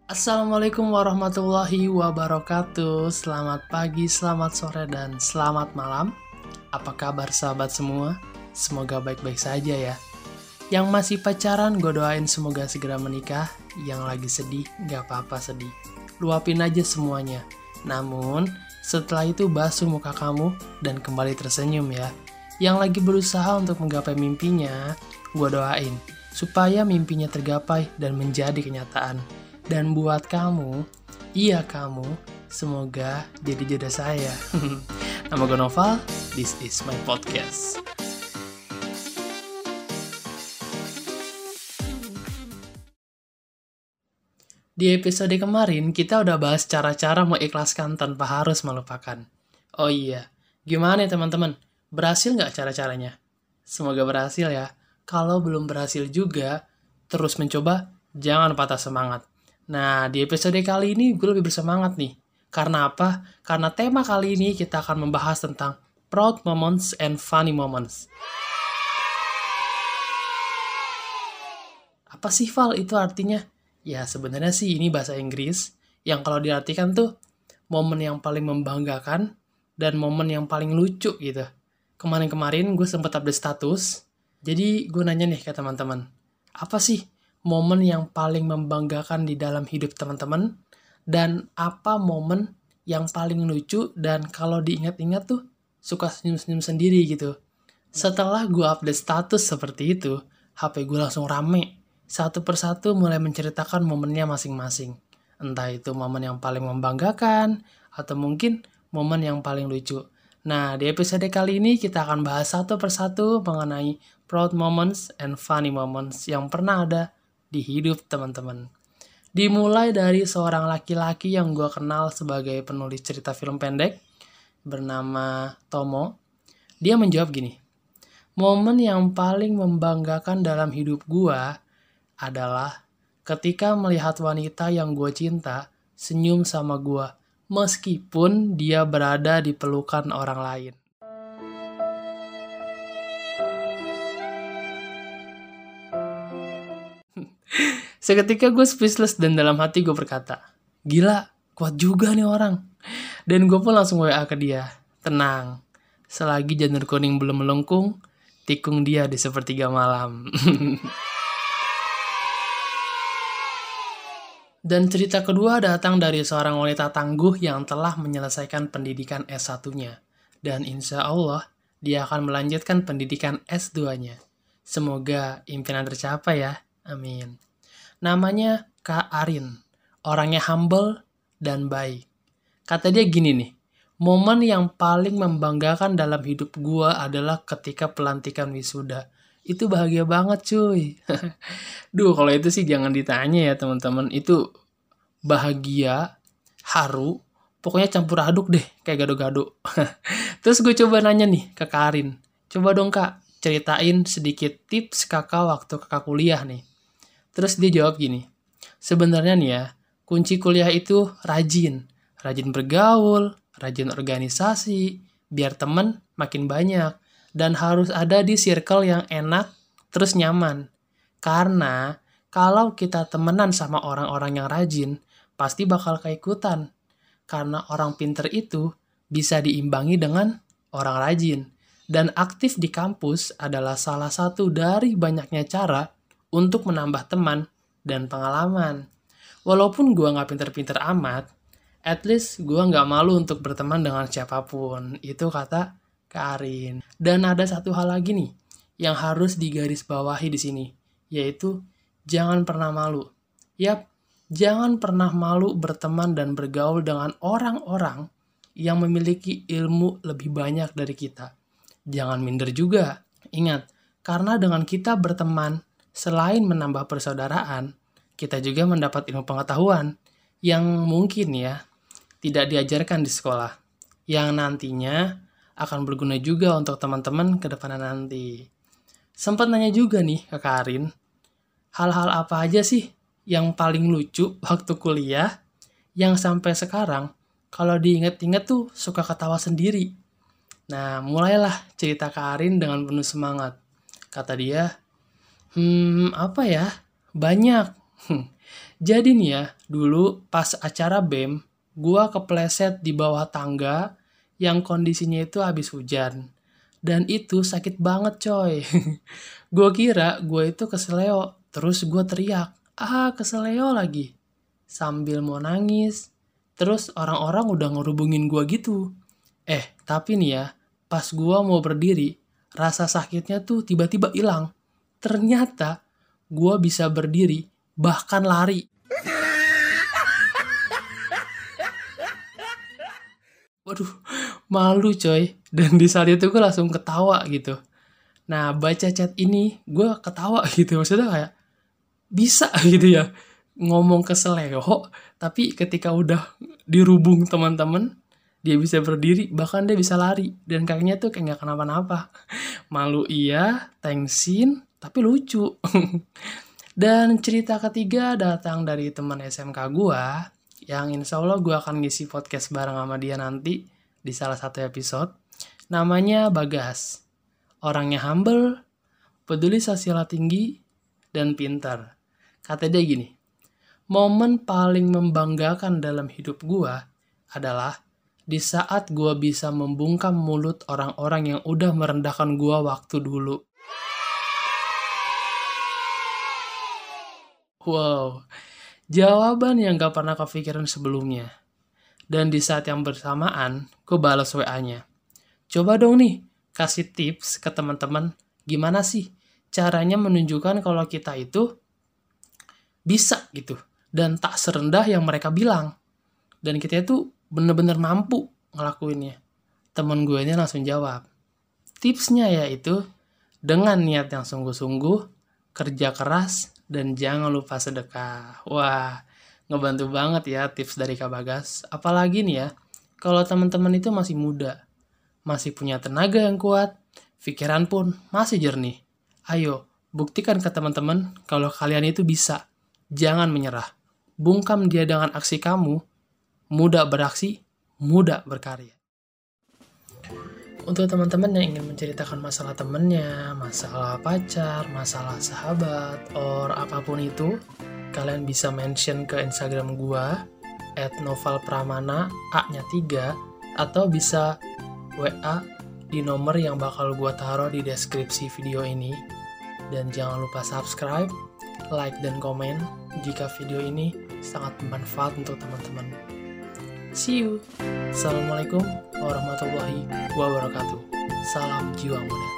Assalamualaikum warahmatullahi wabarakatuh. Selamat pagi, selamat sore, dan selamat malam. Apa kabar sahabat semua? Semoga baik-baik saja ya. Yang masih pacaran, gue doain semoga segera menikah. Yang lagi sedih, gak apa-apa sedih. Luapin aja semuanya. Namun, setelah itu basuh muka kamu dan kembali tersenyum ya. Yang lagi berusaha untuk menggapai mimpinya, gue doain supaya mimpinya tergapai dan menjadi kenyataan. Dan buat kamu, iya kamu, semoga jadi jodoh saya. Nama gue Noval, this is my podcast. Di episode kemarin, kita udah bahas cara-cara mengikhlaskan tanpa harus melupakan. Oh iya, gimana ya teman-teman? Berhasil nggak cara-caranya? Semoga berhasil ya. Kalau belum berhasil juga, terus mencoba, jangan patah semangat. Nah, di episode kali ini gue lebih bersemangat nih. Karena apa? Karena tema kali ini kita akan membahas tentang proud moments and funny moments. Apa sih Val itu artinya? Ya sebenarnya sih ini bahasa Inggris yang kalau diartikan tuh momen yang paling membanggakan dan momen yang paling lucu gitu. Kemarin-kemarin gue sempet update status, jadi gue nanya nih ke teman-teman, apa sih momen yang paling membanggakan di dalam hidup teman-teman, dan apa momen yang paling lucu dan kalau diingat-ingat tuh suka senyum-senyum sendiri gitu. Setelah gue update status seperti itu, HP gue langsung rame. Satu persatu mulai menceritakan momennya masing-masing. Entah itu momen yang paling membanggakan, atau mungkin momen yang paling lucu. Nah, di episode kali ini kita akan bahas satu persatu mengenai proud moments and funny moments yang pernah ada di hidup teman-teman. Dimulai dari seorang laki-laki yang gue kenal sebagai penulis cerita film pendek bernama Tomo. Dia menjawab gini, momen yang paling membanggakan dalam hidup gue adalah ketika melihat wanita yang gue cinta senyum sama gue meskipun dia berada di pelukan orang lain. Seketika gue speechless dan dalam hati gue berkata, gila, kuat juga nih orang. Dan gue pun langsung WA ke dia, tenang, selagi janur kuning belum melengkung, tikung dia di sepertiga malam. Dan cerita kedua datang dari seorang wanita tangguh yang telah menyelesaikan pendidikan S1-nya. Dan insya Allah, dia akan melanjutkan pendidikan S2-nya. Semoga impian tercapai ya. Amin. Namanya Kak Arin. Orangnya humble dan baik. Kata dia gini nih, momen yang paling membanggakan dalam hidup gua adalah ketika pelantikan wisuda. Itu bahagia banget cuy. Duh, kalau itu sih jangan ditanya ya teman-teman. Itu bahagia, haru, pokoknya campur aduk deh, kayak gado-gado. Terus gue coba nanya nih ke Karin. Coba dong kak, ceritain sedikit tips kakak waktu kakak kuliah nih. Terus dia jawab gini, sebenarnya nih ya, kunci kuliah itu rajin. Rajin bergaul, rajin organisasi, biar temen makin banyak. Dan harus ada di circle yang enak, terus nyaman. Karena kalau kita temenan sama orang-orang yang rajin, pasti bakal keikutan. Karena orang pinter itu bisa diimbangi dengan orang rajin. Dan aktif di kampus adalah salah satu dari banyaknya cara untuk menambah teman dan pengalaman. Walaupun gue gak pinter-pinter amat, at least gue gak malu untuk berteman dengan siapapun. Itu kata Karin. Dan ada satu hal lagi nih yang harus digarisbawahi di sini, yaitu jangan pernah malu. Yap, jangan pernah malu berteman dan bergaul dengan orang-orang yang memiliki ilmu lebih banyak dari kita. Jangan minder juga. Ingat, karena dengan kita berteman, selain menambah persaudaraan, kita juga mendapat ilmu pengetahuan yang mungkin ya tidak diajarkan di sekolah, yang nantinya akan berguna juga untuk teman-teman ke depannya nanti. Sempat nanya juga nih ke Karin, hal-hal apa aja sih yang paling lucu waktu kuliah yang sampai sekarang kalau diingat-ingat tuh suka ketawa sendiri. Nah, mulailah cerita Karin dengan penuh semangat. Kata dia, apa ya? Banyak. Jadi nih ya, dulu pas acara BEM, gua kepleset di bawah tangga yang kondisinya itu habis hujan. Dan itu sakit banget coy. Gua kira gua itu keseleo, terus gua teriak, keseleo lagi. Sambil mau nangis, terus orang-orang udah ngerubungin gua gitu. Tapi nih ya, pas gua mau berdiri, rasa sakitnya tuh tiba-tiba hilang. Ternyata gua bisa berdiri, bahkan lari. Waduh, malu coy. Dan di saat itu gue langsung ketawa gitu. Nah, baca chat ini, gue ketawa gitu. Maksudnya kayak, bisa gitu ya. Ngomong ke seleo, tapi ketika udah dirubung teman-teman, dia bisa berdiri, bahkan dia bisa lari. Dan kakinya tuh kayak gak kenapa-napa. Malu iya, thanksin, tapi lucu. Dan cerita ketiga datang dari teman SMK gua, yang insya Allah gua akan ngisi podcast bareng sama dia nanti di salah satu episode. Namanya Bagas. Orangnya humble, peduli sosial tinggi, dan pintar. Kata dia gini, momen paling membanggakan dalam hidup gua adalah di saat gua bisa membungkam mulut orang-orang yang udah merendahkan gua waktu dulu. Wow, jawaban yang gak pernah kepikiran sebelumnya. Dan di saat yang bersamaan, gue balas WA-nya. Coba dong nih, kasih tips ke teman-teman, gimana sih caranya menunjukkan kalau kita itu bisa gitu. Dan tak serendah yang mereka bilang. Dan kita itu bener-bener mampu ngelakuinnya. Temen gue ini langsung jawab. Tipsnya yaitu, dengan niat yang sungguh-sungguh, kerja keras, dan jangan lupa sedekah. Wah, ngebantu banget ya tips dari Kak Bagas. Apalagi nih ya, kalau teman-teman itu masih muda, masih punya tenaga yang kuat, pikiran pun masih jernih. Ayo, buktikan ke teman-teman kalau kalian itu bisa. Jangan menyerah. Bungkam dia dengan aksi kamu, muda beraksi, muda berkarya. Untuk teman-teman yang ingin menceritakan masalah temennya, masalah pacar, masalah sahabat, or apapun itu, kalian bisa mention ke Instagram gua @novalpramana A-nya 3, atau bisa WA di nomor yang bakal gua taruh di deskripsi video ini. Dan jangan lupa subscribe, like, dan komen jika video ini sangat bermanfaat untuk teman-teman. See you. Assalamualaikum warahmatullahi wabarakatuh. Salam jiwa muda.